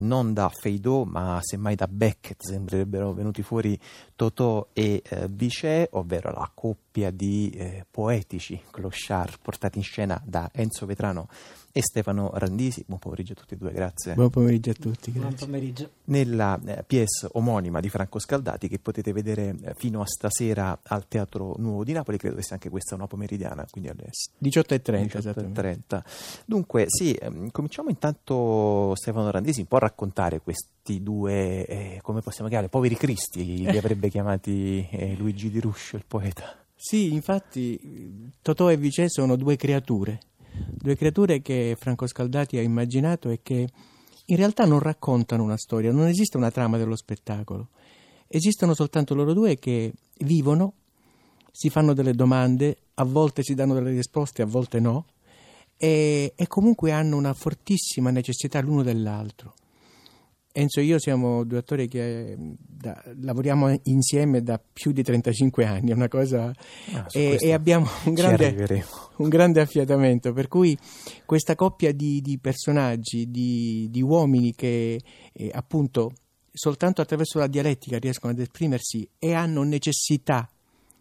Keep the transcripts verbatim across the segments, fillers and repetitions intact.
non da Feydeau ma semmai da Beckett sembrerebbero venuti fuori Totò e eh, Vicè, ovvero la coppia di eh, poetici clochard portati in scena da Enzo Vetrano e Stefano Randisi. Buon pomeriggio a tutti e due, grazie. Buon pomeriggio a tutti, grazie. Buon pomeriggio. Nella eh, pièce omonima di Franco Scaldati, che potete vedere eh, fino a stasera al Teatro Nuovo di Napoli, credo che sia anche questa una pomeridiana, quindi alle diciotto e trenta. diciotto e trenta. Dunque, sì, ehm, cominciamo intanto, Stefano Randisi, un po' a raccontare questi due, eh, come possiamo chiamare, poveri cristi, li avrebbe chiamati eh, Luigi Di Ruscio, il poeta. Sì, infatti Totò e Vicè sono due creature, due creature che Franco Scaldati ha immaginato e che in realtà non raccontano una storia, non esiste una trama dello spettacolo, esistono soltanto loro due che vivono, si fanno delle domande, a volte si danno delle risposte, a volte no, e, e comunque hanno una fortissima necessità l'uno dell'altro. Enzo e io siamo due attori che da, lavoriamo insieme da più di trentacinque anni, è una cosa, ah, e, e abbiamo un grande, un grande affiatamento, per cui questa coppia di, di personaggi, di, di uomini che eh, appunto soltanto attraverso la dialettica riescono ad esprimersi e hanno necessità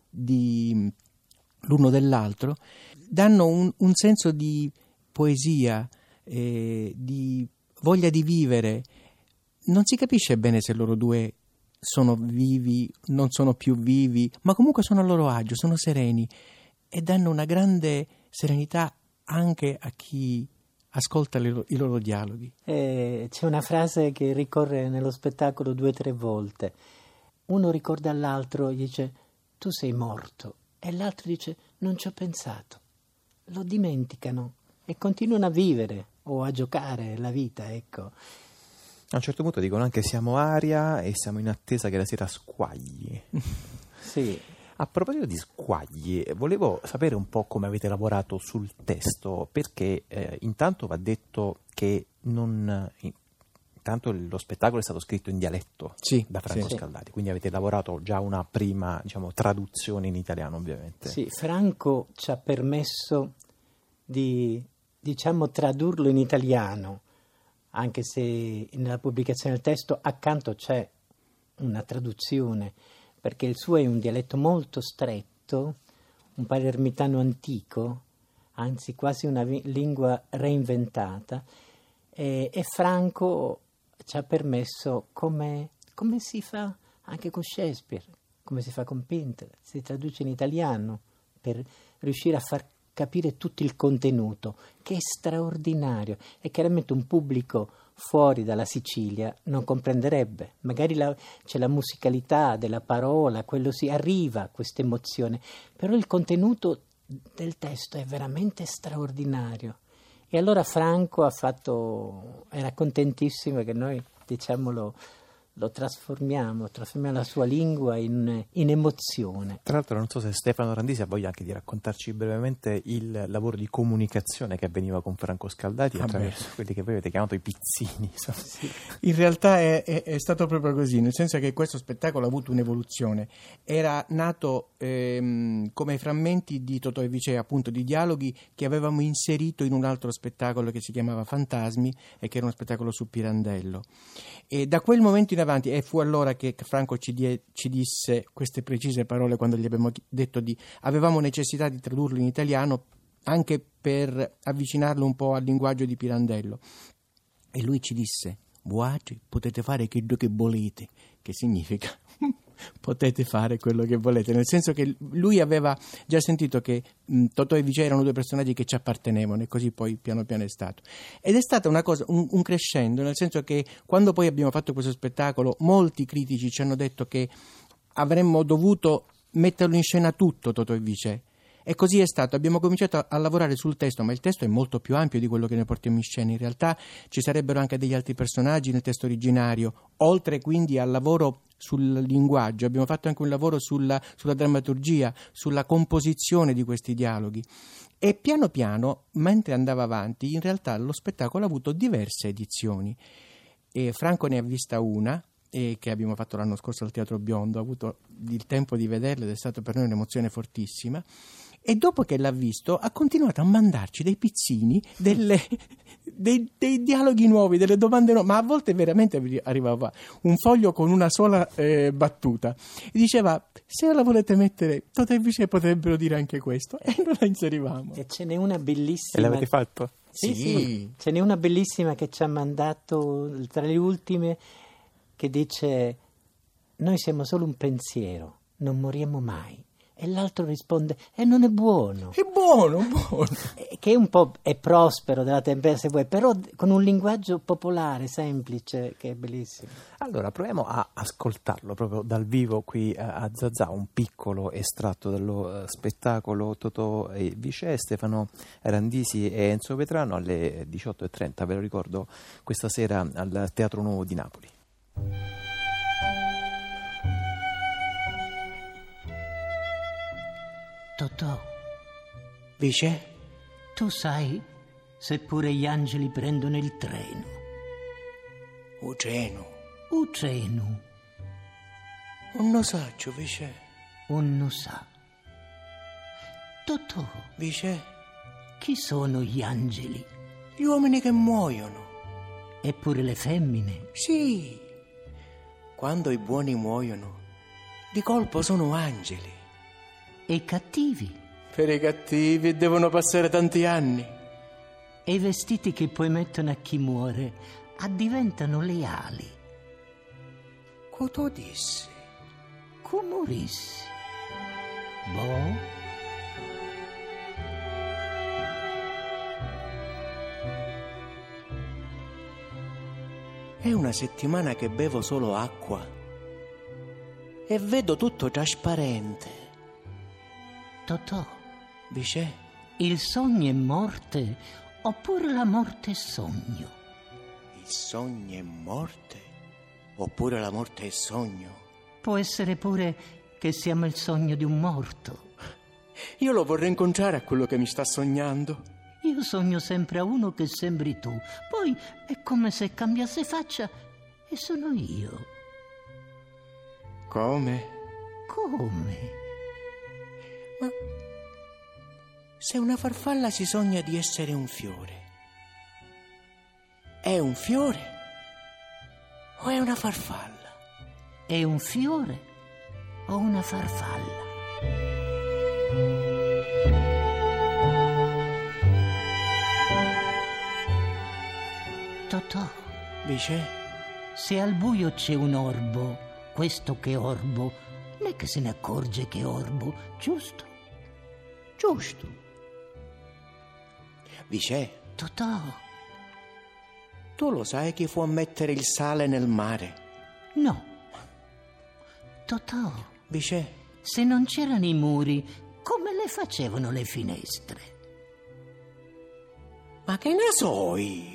di l'uno dell'altro, danno un, un senso di poesia, eh, di voglia di vivere. Non si capisce bene se loro due sono vivi, non sono più vivi, ma comunque sono a loro agio, sono sereni e danno una grande serenità anche a chi ascolta le, i loro dialoghi. Eh, c'è una frase che ricorre nello spettacolo due o tre volte. Uno ricorda all'altro, dice tu sei morto, e l'altro dice non ci ho pensato. Lo dimenticano e continuano a vivere o a giocare la vita, ecco. A un certo punto dicono anche siamo aria e siamo in attesa che la sera squagli. Sì. A proposito di squagli, volevo sapere un po' come avete lavorato sul testo, perché eh, intanto va detto che non... Intanto lo spettacolo è stato scritto in dialetto, sì, da Franco sì. Scaldati, quindi avete lavorato già una prima, diciamo, traduzione in italiano, ovviamente. Sì, Franco ci ha permesso di, diciamo, tradurlo in italiano, anche se nella pubblicazione del testo accanto c'è una traduzione, perché il suo è un dialetto molto stretto, un palermitano antico, anzi quasi una vi- lingua reinventata, e, e Franco ci ha permesso, come, come si fa anche con Shakespeare, come si fa con Pinter, si traduce in italiano per riuscire a far capire tutto il contenuto, che è straordinario, e chiaramente un pubblico fuori dalla Sicilia non comprenderebbe. Magari la, c'è la musicalità della parola, quello si arriva a questa emozione, però il contenuto del testo è veramente straordinario. E allora Franco ha fatto, era contentissimo che noi, diciamolo, lo trasformiamo, trasformiamo la sua lingua in, in emozione. Tra l'altro non so se Stefano Randisi ha voglia anche di raccontarci brevemente il lavoro di comunicazione che avveniva con Franco Scaldati ah attraverso beh. quelli che voi avete chiamato i pizzini. Sì. In realtà è, è, è stato proprio così, nel senso che questo spettacolo ha avuto un'evoluzione. Era nato ehm, come frammenti di Totò e Vicè, appunto di dialoghi che avevamo inserito in un altro spettacolo che si chiamava Fantasmi e che era uno spettacolo su Pirandello. E da quel momento in avanti, e fu allora che Franco ci, die, ci disse queste precise parole quando gli abbiamo detto di avevamo necessità di tradurlo in italiano anche per avvicinarlo un po' al linguaggio di Pirandello, e lui ci disse Buaci, potete fare quello che volete, che significa potete fare quello che volete, nel senso che lui aveva già sentito che mh, Totò e Vicè erano due personaggi che ci appartenevano, e così poi piano piano è stato, ed è stata una cosa, un, un crescendo, nel senso che quando poi abbiamo fatto questo spettacolo molti critici ci hanno detto che avremmo dovuto metterlo in scena tutto Totò e Vicè, e così è stato. Abbiamo cominciato a, a lavorare sul testo, ma il testo è molto più ampio di quello che noi portiamo in scena. In realtà ci sarebbero anche degli altri personaggi nel testo originario, oltre quindi al lavoro sul linguaggio. Abbiamo fatto anche un lavoro sulla, sulla drammaturgia, sulla composizione di questi dialoghi, e piano piano, mentre andava avanti, in realtà lo spettacolo ha avuto diverse edizioni, e Franco ne ha vista una e che abbiamo fatto l'anno scorso al Teatro Biondo, ho avuto il tempo di vederla ed è stata per noi un'emozione fortissima. e dopo che l'ha visto ha continuato a mandarci dei pizzini, delle, dei, dei dialoghi nuovi, delle domande nuove, ma a volte veramente arrivava un foglio con una sola eh, battuta e diceva: se la volete mettere, Totò e Vicè potrebbero dire anche questo, e noi la inserivamo. E ce n'è una bellissima. E l'avete fatto? Sì, Sì. sì, ce n'è una bellissima che ci ha mandato tra le ultime, che dice: noi siamo solo un pensiero, non moriremo mai. E l'altro risponde: e non è buono. È buono, buono. Che è un po' è prospero della tempesta, se vuoi, però con un linguaggio popolare, semplice, che è bellissimo. Allora, proviamo a ascoltarlo proprio dal vivo qui a, a Zazà, un piccolo estratto dallo uh, spettacolo Totò e Vicè, Stefano Randisi e Enzo Vetrano alle diciotto e trenta, ve lo ricordo, questa sera al Teatro Nuovo di Napoli. Totò, Vicè? tu sai, seppure gli angeli prendono il treno. O treno. O treno, Non lo saggio, Vicè. un non sa. Totò, Vicè? chi sono gli angeli? Gli uomini che muoiono. Eppure le femmine? Sì. Quando i buoni muoiono, di colpo sono angeli. E i cattivi? Per i cattivi devono passare tanti anni. E i vestiti che poi mettono a chi muore addiventano le ali. Cotò disse. Come rissi? Boh? È una settimana che bevo solo acqua e vedo tutto trasparente. Totò, Vicè? il sogno è morte oppure la morte è sogno? Il sogno è morte oppure la morte è sogno? Può essere pure che siamo il sogno di un morto. Io lo vorrei incontrare a quello che mi sta sognando. Io sogno sempre a uno che sembri tu, poi è come se cambiasse faccia e sono io. Come? Come? Ma se una farfalla si sogna di essere un fiore, è un fiore o è una farfalla? È un fiore o una farfalla? Totò, Vicè? se al buio c'è un orbo, questo che orbo, non è che se ne accorge che orbo, giusto? Giusto. Vicè, Totò, tu lo sai chi può mettere il sale nel mare? no. Totò, Vicè? se non c'erano i muri, come le facevano le finestre? Ma che ne so io?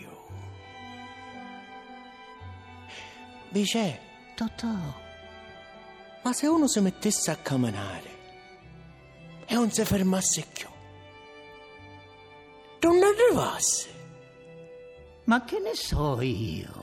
Vicè? Totò, Ma se uno si mettesse a camminare e non si fermasse più, non arrivasse? ma che ne so io?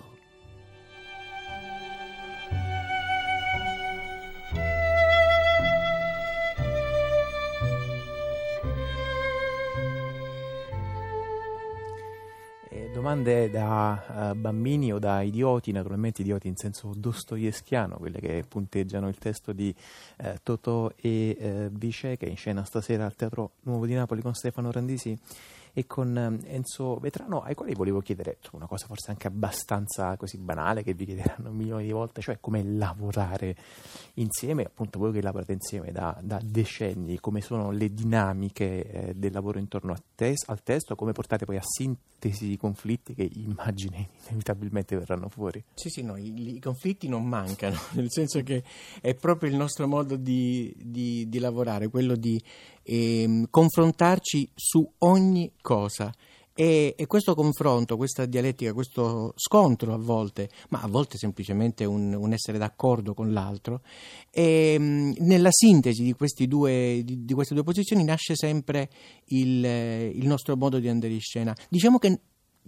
Domande da uh, bambini o da idioti, naturalmente idioti in senso dostoevskiano, quelle che punteggiano il testo di uh, Totò e uh, Vicè, che è in scena stasera al Teatro Nuovo di Napoli con Stefano Randisi e con um, Enzo Vetrano, ai quali volevo chiedere una cosa forse anche abbastanza così banale, che vi chiederanno milioni di volte, cioè come lavorare insieme, appunto voi che lavorate insieme da, da decenni, come sono le dinamiche eh, del lavoro intorno a tes- al testo, come portate poi a sintesi i conflitti che immagino inevitabilmente verranno fuori. Sì, sì, no, i, i conflitti non mancano, nel senso che è proprio il nostro modo di, di, di lavorare, quello di ehm, confrontarci su ogni cosa. E, e questo confronto, questa dialettica, questo scontro a volte, ma a volte semplicemente un, un essere d'accordo con l'altro, e, mh, nella sintesi di, questi due, di, di queste due posizioni nasce sempre il, il nostro modo di andare in scena. Diciamo che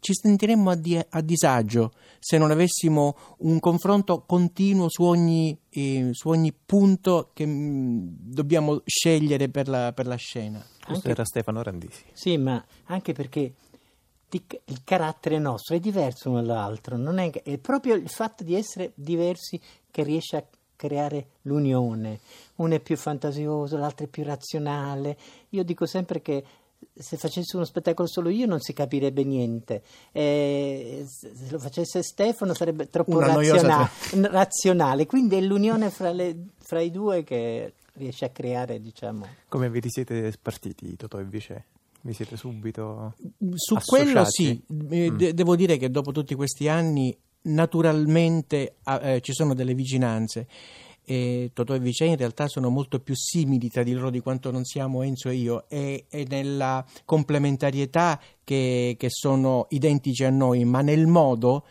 ci sentiremmo a, di- a disagio se non avessimo un confronto continuo su ogni, eh, su ogni punto che mh, dobbiamo scegliere per la, per la scena. Questo Anche- era Stefano Randisi. Sì, ma anche perché di- il carattere nostro è diverso uno dall'altro, non è, è proprio il fatto di essere diversi che riesce a creare l'unione. Uno è più fantasioso, l'altro è più razionale. Io dico sempre che se facessi uno spettacolo solo io non si capirebbe niente, e se lo facesse Stefano sarebbe troppo Una noiosa raziona- razionale, quindi è l'unione fra, le, fra i due che riesce a creare, diciamo. Come vi siete spartiti, Totò e Vicè? Vi siete subito Su associati? quello sì, Eh, Mm. de- devo dire che dopo tutti questi anni naturalmente eh, ci sono delle vicinanze. E Totò e Vicè in realtà sono molto più simili tra di loro di quanto non siamo Enzo e io, e, e nella complementarietà che, che sono identici a noi, ma nel modo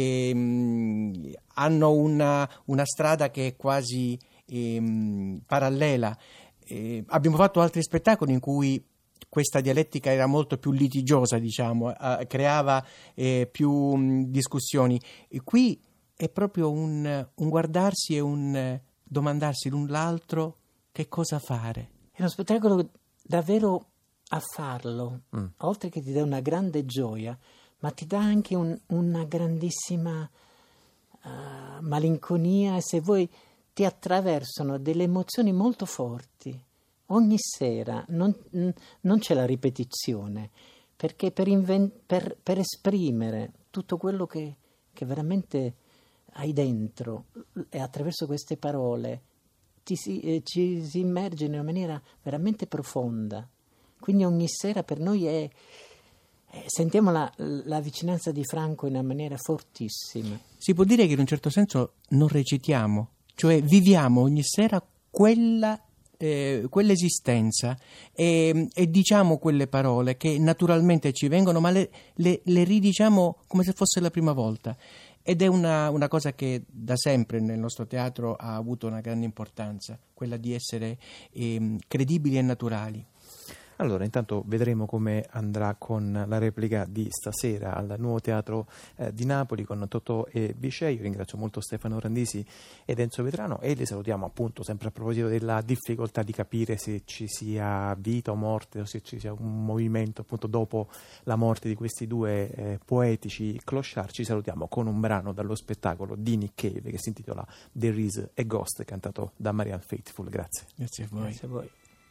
ehm, hanno una, una strada che è quasi ehm, parallela. Eh, abbiamo fatto altri spettacoli in cui questa dialettica era molto più litigiosa, diciamo, eh, creava eh, più mh, discussioni. E qui è proprio un, un guardarsi e un eh, domandarsi l'un l'altro che cosa fare. È uno spettacolo davvero a farlo, Mm. oltre che ti dà una grande gioia, ma ti dà anche un- una grandissima eh, malinconia, e se vuoi ti attraversano delle emozioni molto forti. Ogni sera non, n- non c'è la ripetizione, perché per, inven- per- per esprimere tutto quello che, che veramente hai dentro, e attraverso queste parole ti si, eh, ci si immerge in una maniera veramente profonda. Quindi ogni sera per noi è, eh, sentiamo la, la vicinanza di Franco in una maniera fortissima. Si può dire che in un certo senso non recitiamo, cioè viviamo ogni sera quella, eh, quell'esistenza e, e diciamo quelle parole che naturalmente ci vengono, ma le, le, le ridiciamo come se fosse la prima volta. Ed è una, una cosa che da sempre nel nostro teatro ha avuto una grande importanza, quella di essere ehm, credibili e naturali. Allora, intanto vedremo come andrà con la replica di stasera al Nuovo Teatro eh, di Napoli con Totò e Vicè. Io ringrazio molto Stefano Randisi ed Enzo Vetrano e li salutiamo appunto sempre a proposito della difficoltà di capire se ci sia vita o morte o se ci sia un movimento appunto dopo la morte di questi due eh, poetici clochard. Ci salutiamo con un brano dallo spettacolo di Nick Cave che si intitola There Is a Ghost, cantato da Marianne Faithfull. Grazie. Grazie a voi. Grazie a voi.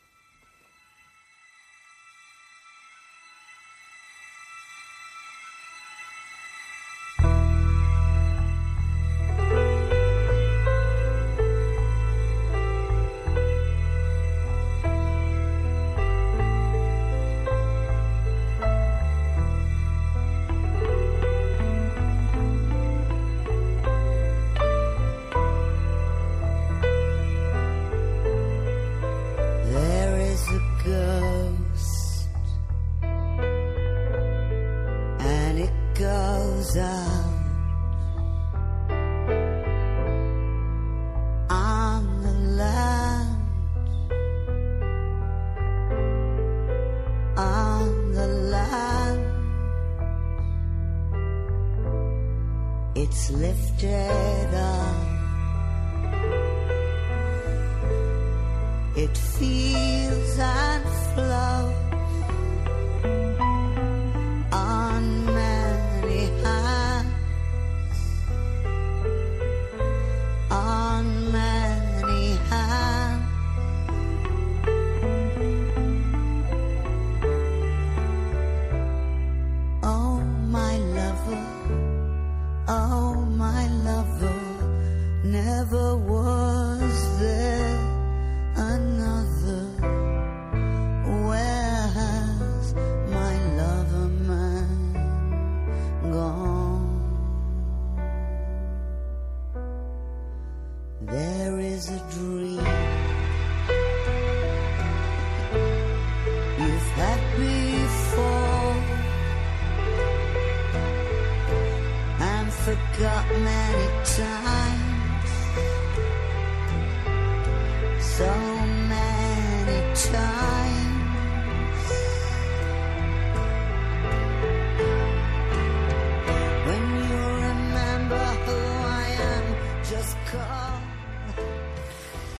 There is a ghost, and it goes out on the land, on the land. It's lifted up. It feels and flows on many hands, on many hands. Oh, my lover, oh, my lover, never was there another. Where has my lover man gone? There is a dream you've had before and forgot many times.